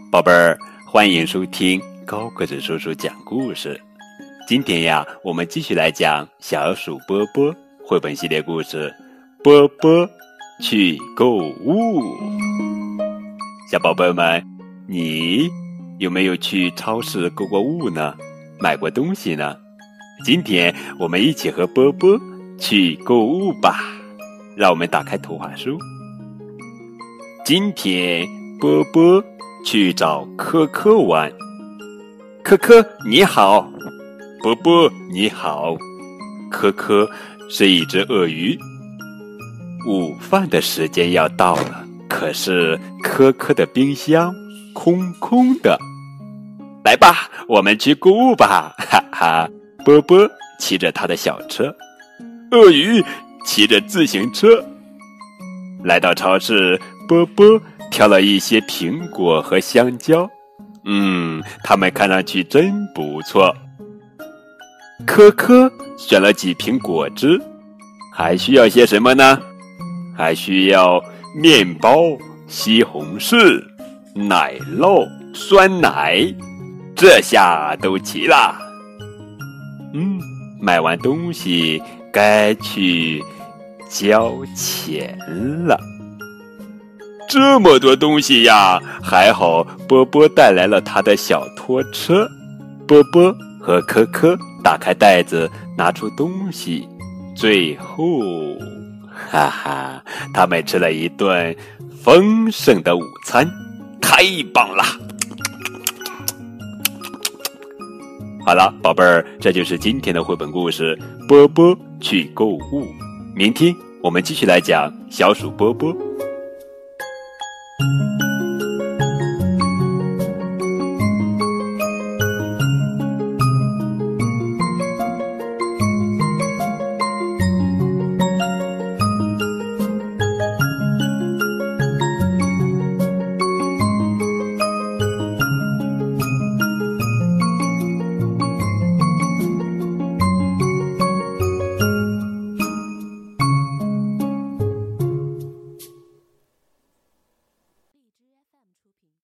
宝贝儿，欢迎收听高个子叔叔讲故事。今天呀，我们继续来讲小鼠波波绘本系列故事波波去购物。小宝贝们，你有没有去超市购过物呢？买过东西呢？今天我们一起和波波去购物吧。让我们打开图画书。今天波波去找科科玩。科科你好。波波你好。科科是一只鳄鱼。午饭的时间要到了，可是科科的冰箱空空的。来吧，我们去购物吧，哈哈。波波骑着他的小车，鳄鱼骑着自行车。来到超市，波波挑了一些苹果和香蕉，它们看上去真不错。科科选了几瓶果汁，还需要些什么呢？还需要面包、西红柿、奶酪、酸奶，这下都齐了。买完东西该去交钱了。这么多东西呀，还好波波带来了他的小拖车。波波和科科打开袋子，拿出东西，最后哈哈，他们吃了一顿丰盛的午餐，太棒了。好了，宝贝儿，这就是今天的绘本故事波波去购物。明天我们继续来讲小鼠波波